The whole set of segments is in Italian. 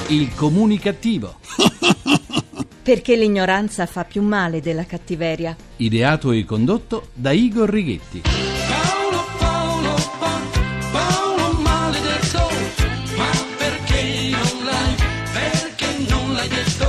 Il comunicativo. Perché l'ignoranza fa più male della cattiveria. Ideato e condotto da Igor Righetti. Paolo maledetto, ma perché non l'hai detto?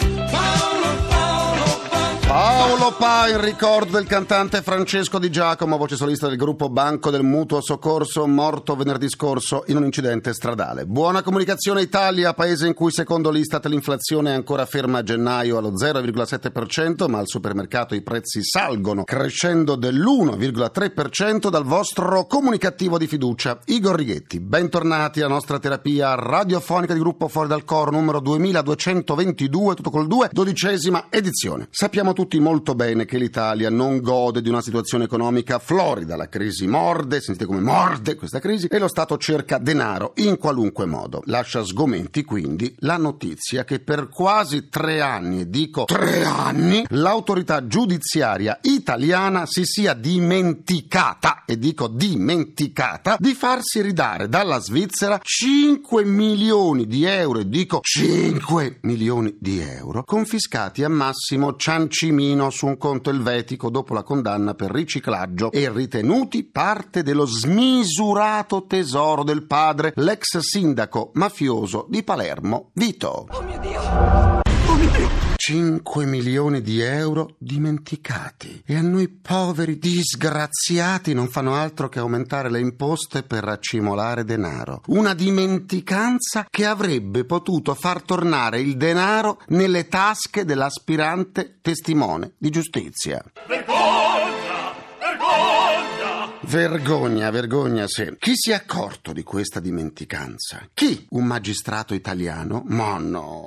Paolo Pa, in ricordo del cantante Francesco Di Giacomo, voce solista del gruppo Banco del Mutuo Soccorso, morto venerdì scorso in un incidente stradale. Buona Comunicazione Italia, paese in cui secondo l'Istat l'inflazione è ancora ferma a gennaio allo 0,7%, ma al supermercato i prezzi salgono, crescendo dell'1,3% dal vostro comunicativo di fiducia. Igor Righetti, bentornati alla nostra terapia radiofonica di gruppo Fuori dal Coro, numero 2222, tutto col 2, 12ª edizione. Sappiamo tutti molto bene che l'Italia non gode di una situazione economica florida, la crisi morde, sentite come morde questa crisi, e lo Stato cerca denaro in qualunque modo. Lascia sgomenti quindi la notizia che per quasi 3 anni, e dico 3 anni, l'autorità giudiziaria italiana si sia dimenticata, e dico dimenticata, di farsi ridare dalla Svizzera 5 milioni di euro, e dico 5 milioni di euro, confiscati a Massimo Ciancimino su un conto elvetico dopo la condanna per riciclaggio e ritenuti parte dello smisurato tesoro del padre, l'ex sindaco mafioso di Palermo, Vito. Oh mio Dio! Oh mio Dio! 5 milioni di euro dimenticati, e a noi poveri disgraziati non fanno altro che aumentare le imposte per raccimolare denaro. Una dimenticanza che avrebbe potuto far tornare il denaro nelle tasche dell'aspirante testimone di giustizia. Vergogna, sì. Chi si è accorto di questa dimenticanza? Chi? Un magistrato italiano? Ma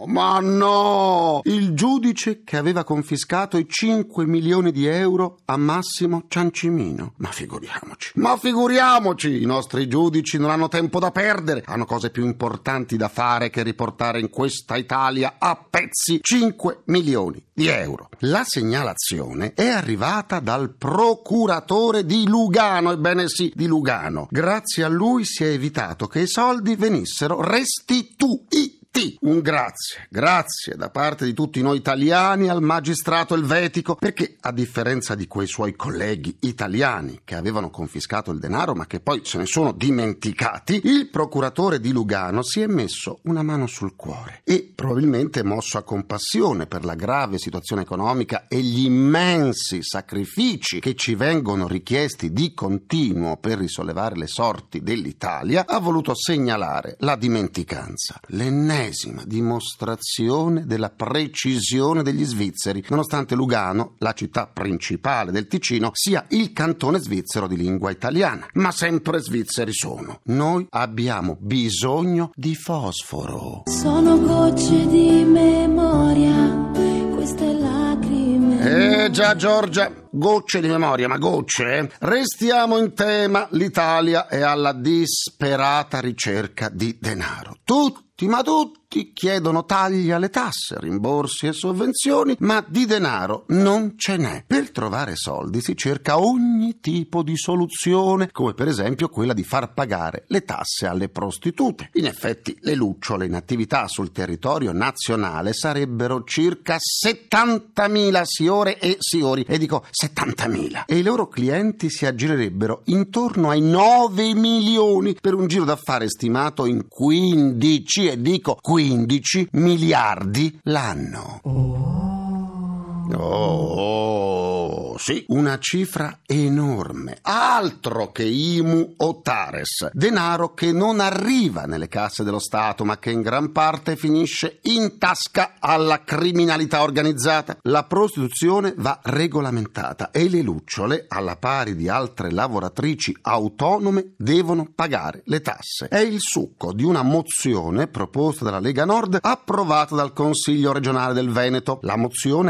no! Il giudice che aveva confiscato i 5 milioni di euro a Massimo Ciancimino. Ma figuriamoci! I nostri giudici non hanno tempo da perdere, hanno cose più importanti da fare che riportare in questa Italia a pezzi 5 milioni di euro. La segnalazione è arrivata dal procuratore di Lugano. Ebbene sì, di Lugano. Grazie a lui si è evitato che i soldi venissero restituiti. Un grazie da parte di tutti noi italiani al magistrato elvetico, perché a differenza di quei suoi colleghi italiani che avevano confiscato il denaro ma che poi se ne sono dimenticati, il procuratore di Lugano si è messo una mano sul cuore e probabilmente mosso a compassione per la grave situazione economica e gli immensi sacrifici che ci vengono richiesti di continuo per risollevare le sorti dell'Italia, ha voluto segnalare la dimenticanza, l'ennesima dimostrazione della precisione degli svizzeri, nonostante Lugano, la città principale del Ticino, sia il cantone svizzero di lingua italiana. Ma sempre svizzeri sono. Noi abbiamo bisogno di fosforo. Sono gocce di memoria, queste lacrime. Già Giorgia, gocce di memoria, ma gocce? Restiamo in tema, l'Italia è alla disperata ricerca di denaro. Tutti chiedono tagli alle tasse, rimborsi e sovvenzioni, ma di denaro non ce n'è. Per trovare soldi si cerca ogni tipo di soluzione, come per esempio quella di far pagare le tasse alle prostitute. In effetti le lucciole in attività sul territorio nazionale sarebbero circa 70.000 signore e signori, e dico 70.000, e i loro clienti si aggirerebbero intorno ai 9 milioni per un giro d'affari stimato in 15, e dico 15 miliardi l'anno. Sì, una cifra enorme, altro che IMU o TARES, denaro che non arriva nelle casse dello Stato ma che in gran parte finisce in tasca alla criminalità organizzata. La prostituzione va regolamentata e le lucciole, alla pari di altre lavoratrici autonome, devono pagare le tasse. È il succo di una mozione proposta dalla Lega Nord, approvata dal Consiglio regionale del Veneto. La mozione chiede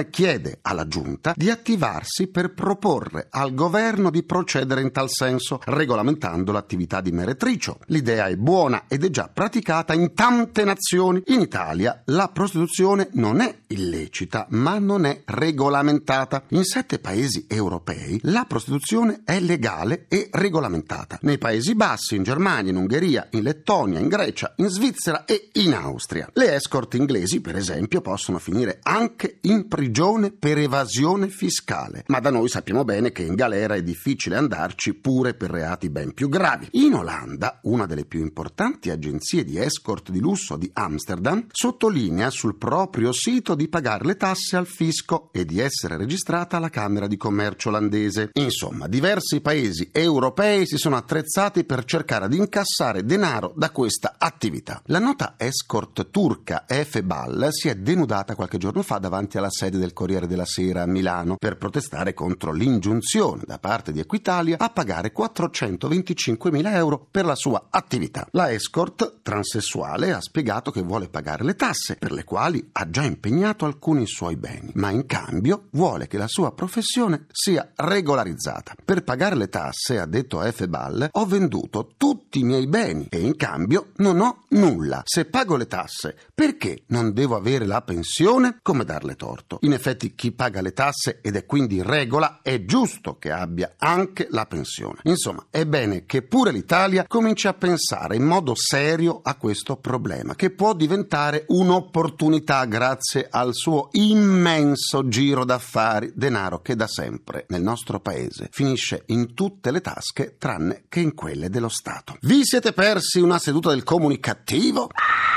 chiede alla giunta di attivarsi per proporre al governo di procedere in tal senso, regolamentando l'attività di meretricio. L'idea è buona ed è già praticata in tante nazioni. In Italia la prostituzione non è illecita, ma non è regolamentata. In 7 paesi europei la prostituzione è legale e regolamentata. Nei Paesi Bassi, in Germania, in Ungheria, in Lettonia, in Grecia, in Svizzera e in Austria. Le escort inglesi, per esempio, possono finire anche in prigione per evasione fiscale, ma da noi sappiamo bene che in galera è difficile andarci pure per reati ben più gravi. In Olanda, una delle più importanti agenzie di escort di lusso di Amsterdam sottolinea sul proprio sito di pagare le tasse al fisco e di essere registrata alla Camera di Commercio olandese. Insomma, diversi paesi europei si sono attrezzati per cercare di incassare denaro da questa attività. La nota escort turca Efebal si è denudata qualche giorno fa davanti alla sede del Corriere della Sera a Milano per protestare contro l'ingiunzione da parte di Equitalia a pagare 425.000 euro per la sua attività. La escort transessuale ha spiegato che vuole pagare le tasse, per le quali ha già impegnato alcuni suoi beni, ma in cambio vuole che la sua professione sia regolarizzata. Per pagare le tasse, ha detto Efebal, ho venduto tutti i miei beni e in cambio non ho nulla. Se pago le tasse, perché non devo avere la pensione? Come darle torto? In effetti chi paga le tasse ed è quindi in regola è giusto che abbia anche la pensione. Insomma, è bene che pure l'Italia cominci a pensare in modo serio a questo problema, che può diventare un'opportunità grazie al suo immenso giro d'affari, denaro che da sempre nel nostro paese finisce in tutte le tasche tranne che in quelle dello Stato. Vi siete persi una seduta del Comunicativo?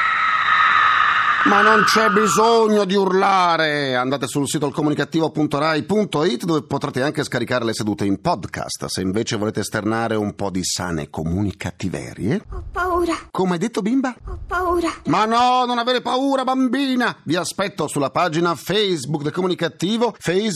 Ma non c'è bisogno di urlare! Andate sul sito ilcomunicativo.rai.it, dove potrete anche scaricare le sedute in podcast. Se invece volete esternare un po' di sane comunicattiverie... Ho paura. Come hai detto, bimba? Ho paura. Ma no, non avere paura, bambina! Vi aspetto sulla pagina Facebook del Comunicativo,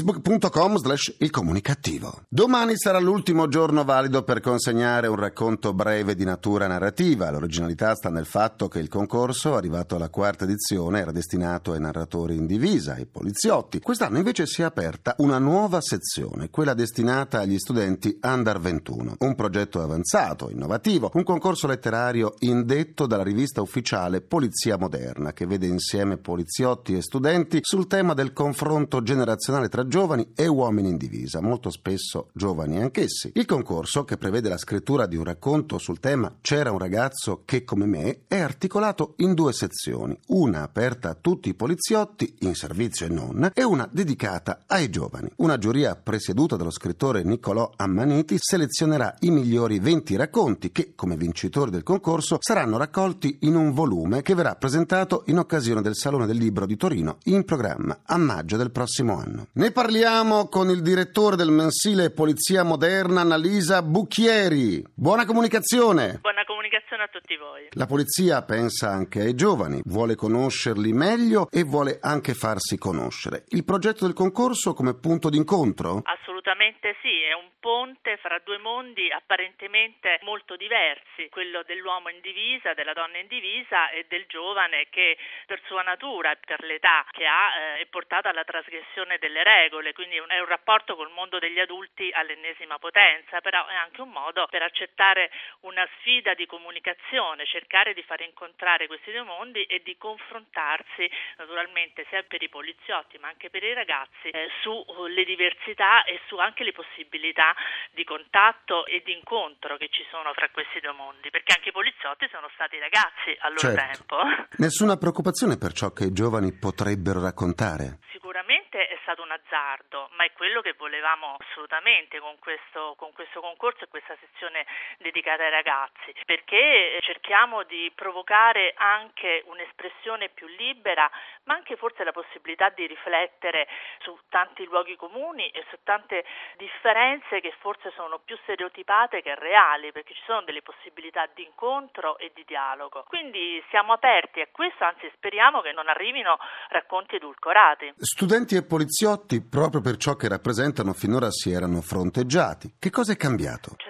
facebook.com/ilcomunicativo. Domani sarà l'ultimo giorno valido per consegnare un racconto breve di natura narrativa. L'originalità sta nel fatto che il concorso, arrivato alla 4ª edizione, era destinato ai narratori in divisa, ai poliziotti. Quest'anno invece si è aperta una nuova sezione, quella destinata agli studenti Under 21. Un progetto avanzato, innovativo, un concorso letterario indetto dalla rivista ufficiale Polizia Moderna, che vede insieme poliziotti e studenti sul tema del confronto generazionale tra giovani e uomini in divisa, molto spesso giovani anch'essi. Il concorso, che prevede la scrittura di un racconto sul tema C'era un ragazzo che come me, è articolato in 2 sezioni, una aperta a tutti i poliziotti, in servizio e non, e una dedicata ai giovani. Una giuria presieduta dallo scrittore Niccolò Ammaniti selezionerà i migliori 20 racconti che, come vincitori del concorso, saranno raccolti in un volume che verrà presentato in occasione del Salone del Libro di Torino, in programma a maggio del prossimo anno. Ne parliamo con il direttore del mensile Polizia Moderna, Annalisa Bucchieri. Buona comunicazione! Buona comunicazione a tutti voi. La polizia pensa anche ai giovani, vuole conoscerli meglio e vuole anche farsi conoscere. Il progetto del concorso come punto d'incontro? Assolutamente sì, è un ponte fra 2 mondi apparentemente molto diversi, quello dell'uomo in divisa, della donna in divisa e del giovane che per sua natura e per l'età che ha è portato alla trasgressione delle regole, quindi è un rapporto col mondo degli adulti all'ennesima potenza, però è anche un modo per accettare una sfida di comunicazione, cercare di far incontrare questi 2 mondi e di confrontarsi naturalmente sia per i poliziotti ma anche per i ragazzi sulle diversità e su anche le possibilità di contatto e di incontro che ci sono fra questi 2 mondi, perché anche i poliziotti sono stati ragazzi a loro tempo. Nessuna preoccupazione per ciò che i giovani potrebbero raccontare? Sicuramente è stato un azzardo, ma è quello che volevamo assolutamente con questo concorso e questa sezione dedicata ai ragazzi, perché cerchiamo di provocare anche un'espressione più libera, ma anche forse la possibilità di riflettere su tanti luoghi comuni e su tante differenze che forse sono più stereotipate che reali, perché ci sono delle possibilità di incontro e di dialogo. Quindi siamo aperti a questo, anzi speriamo che non arrivino racconti edulcorati. Studenti e poliziotti, proprio per ciò che rappresentano, finora si erano fronteggiati. Che cosa è cambiato? C'è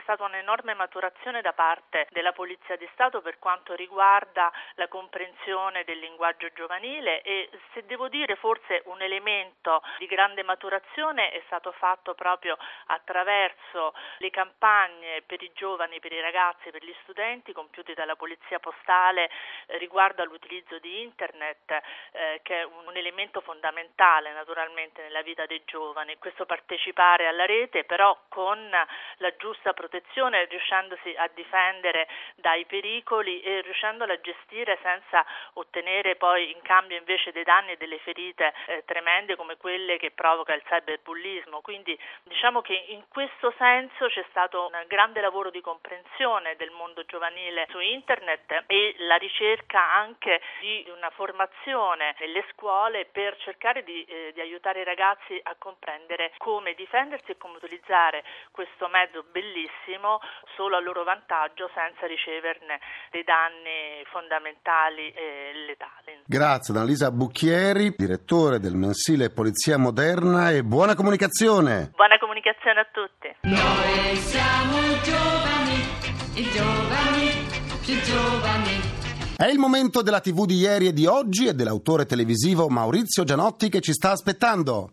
stata un'enorme maturazione da parte della Polizia di Stato per quanto riguarda la comprensione del linguaggio giovanile, e se devo dire forse un elemento di grande maturazione è stato fatto proprio attraverso le campagne per i giovani, per i ragazzi, per gli studenti compiute dalla Polizia Postale riguardo all'utilizzo di internet, che è un elemento fondamentale naturalmente nella vita dei giovani. Questo partecipare alla rete però con la giusta protezione, riuscendosi a difendere dai pericoli e riuscendola a gestire senza ottenere poi in cambio invece dei danni e delle ferite tremende come quelle che provoca il cyberbullismo. Quindi diciamo che in questo senso c'è stato un grande lavoro di comprensione del mondo giovanile su internet e la ricerca anche di una formazione nelle scuole per cercare di aiutare i ragazzi a comprendere come difendersi e come utilizzare questo mezzo bellissimo solo a loro vantaggio senza riceverne dei danni fondamentali e letali. Grazie ad Annalisa Bucchieri, direttore del mensile Polizia Moderna, e buona comunicazione. Buona comunicazione a tutti. Noi siamo giovani, i giovani, più giovani. È il momento della TV di ieri e di oggi e dell'autore televisivo Maurizio Gianotti che ci sta aspettando.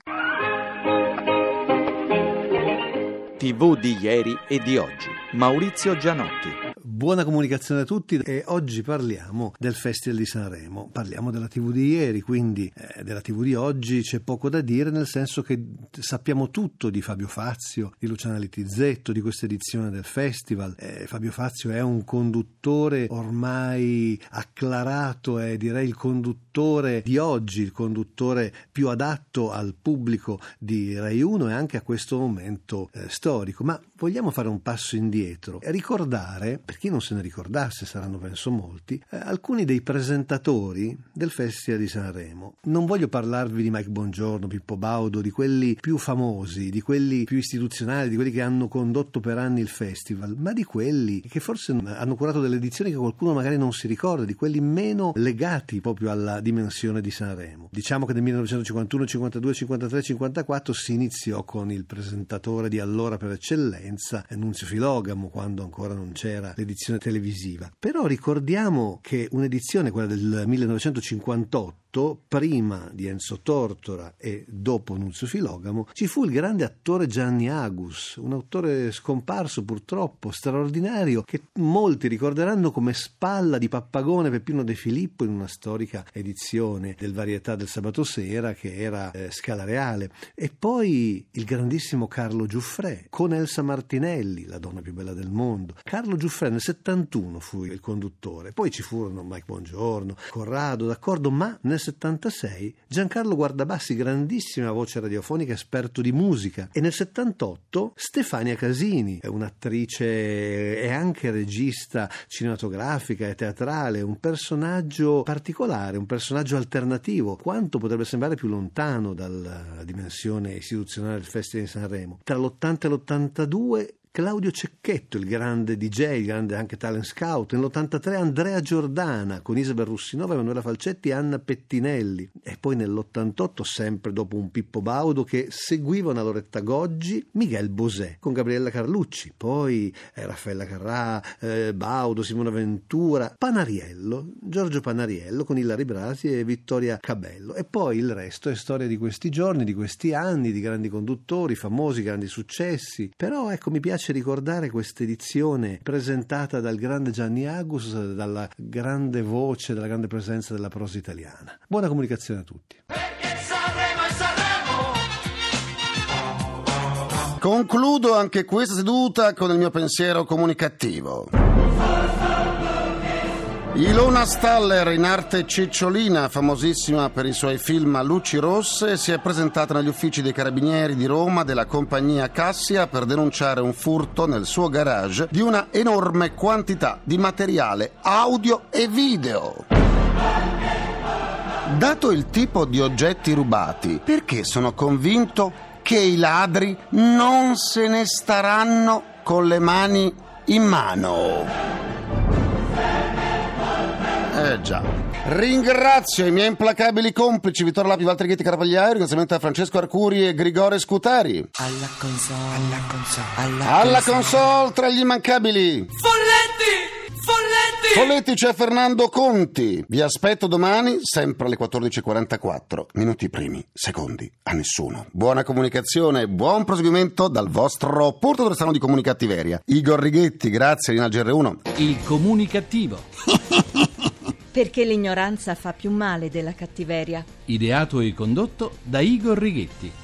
TV di ieri e di oggi. Maurizio Gianotti. Buona comunicazione a tutti, e oggi parliamo del Festival di Sanremo. Parliamo della TV di ieri, quindi della TV di oggi c'è poco da dire, nel senso che sappiamo tutto di Fabio Fazio, di Luciana Littizzetto, di questa edizione del festival. Fabio Fazio è un conduttore ormai acclarato, è direi il conduttore di oggi, il conduttore più adatto al pubblico di Rai 1 e anche a questo momento storico. Ma vogliamo fare un passo indietro e ricordare, per chi non se ne ricordasse, saranno penso molti, alcuni dei presentatori del Festival di Sanremo. Non voglio parlarvi di Mike Bongiorno, Pippo Baudo, di quelli più famosi, di quelli più istituzionali, di quelli che hanno condotto per anni il festival, ma di quelli che forse hanno curato delle edizioni che qualcuno magari non si ricorda, di quelli meno legati proprio alla dimensione di Sanremo. Diciamo che nel 1951, 52, 53, 54 si iniziò con il presentatore di allora per eccellenza, Nunzio Filogamo, quando ancora non c'era l'edizione televisiva. Però ricordiamo che un'edizione, quella del 1958, prima di Enzo Tortora e dopo Nunzio Filogamo, ci fu il grande attore Gianni Agus, un autore scomparso purtroppo, straordinario, che molti ricorderanno come spalla di Pappagone Peppino De Filippo in una storica edizione del Varietà del sabato sera che era Scala Reale. E poi il grandissimo Carlo Giuffrè con Elsa Martinelli, la donna più bella del mondo. Carlo Giuffrè nel 71 fu il conduttore, poi ci furono Mike Bongiorno, Corrado, d'accordo, ma nel 76 Giancarlo Guardabassi, grandissima voce radiofonica, esperto di musica, e nel 78 Stefania Casini, è un'attrice e anche regista cinematografica e teatrale, un personaggio particolare, un personaggio alternativo, quanto potrebbe sembrare più lontano dalla dimensione istituzionale del Festival di Sanremo. Tra l'80 e l'82 Claudio Cecchetto, il grande DJ, il grande anche talent scout. Nell'83 Andrea Giordana con Isabel Russinova, Emanuela Falcetti e Anna Pettinelli. E poi nell'88, sempre dopo un Pippo Baudo che seguiva una Loretta Goggi, Miguel Bosè con Gabriella Carlucci. Poi Raffaella Carrà, Baudo, Simona Ventura, Panariello, Giorgio Panariello con Ilari Brasi e Vittoria Cabello. E poi il resto è storia di questi giorni, di questi anni, di grandi conduttori, famosi, grandi successi. Però ecco, mi piace ricordare questa edizione presentata dal grande Gianni Agus, dalla grande voce, dalla grande presenza della prosa italiana. Buona comunicazione a tutti. Concludo anche questa seduta con il mio pensiero comunicativo. Ilona Staller, in arte cicciolina, famosissima per i suoi film a luci rosse, si è presentata negli uffici dei Carabinieri di Roma della compagnia Cassia per denunciare un furto nel suo garage di una enorme quantità di materiale audio e video. Dato il tipo di oggetti rubati, perché sono convinto che i ladri non se ne staranno con le mani in mano. già. Ringrazio i miei implacabili complici Vittorio Lapi, Walter Righetti, Carapagliaio, ringraziamento a Francesco Arcuri e Grigore Scutari. Alla console tra gli immancabili Folletti, c'è Fernando Conti. Vi aspetto domani, sempre alle 14.44. Minuti primi, secondi a nessuno. Buona comunicazione, buon proseguimento dal vostro Porto Dorsano di Comunicattiveria. Igor Righetti, grazie, Rinal GR1. Il comunicativo. Perché l'ignoranza fa più male della cattiveria. Ideato e condotto da Igor Righetti.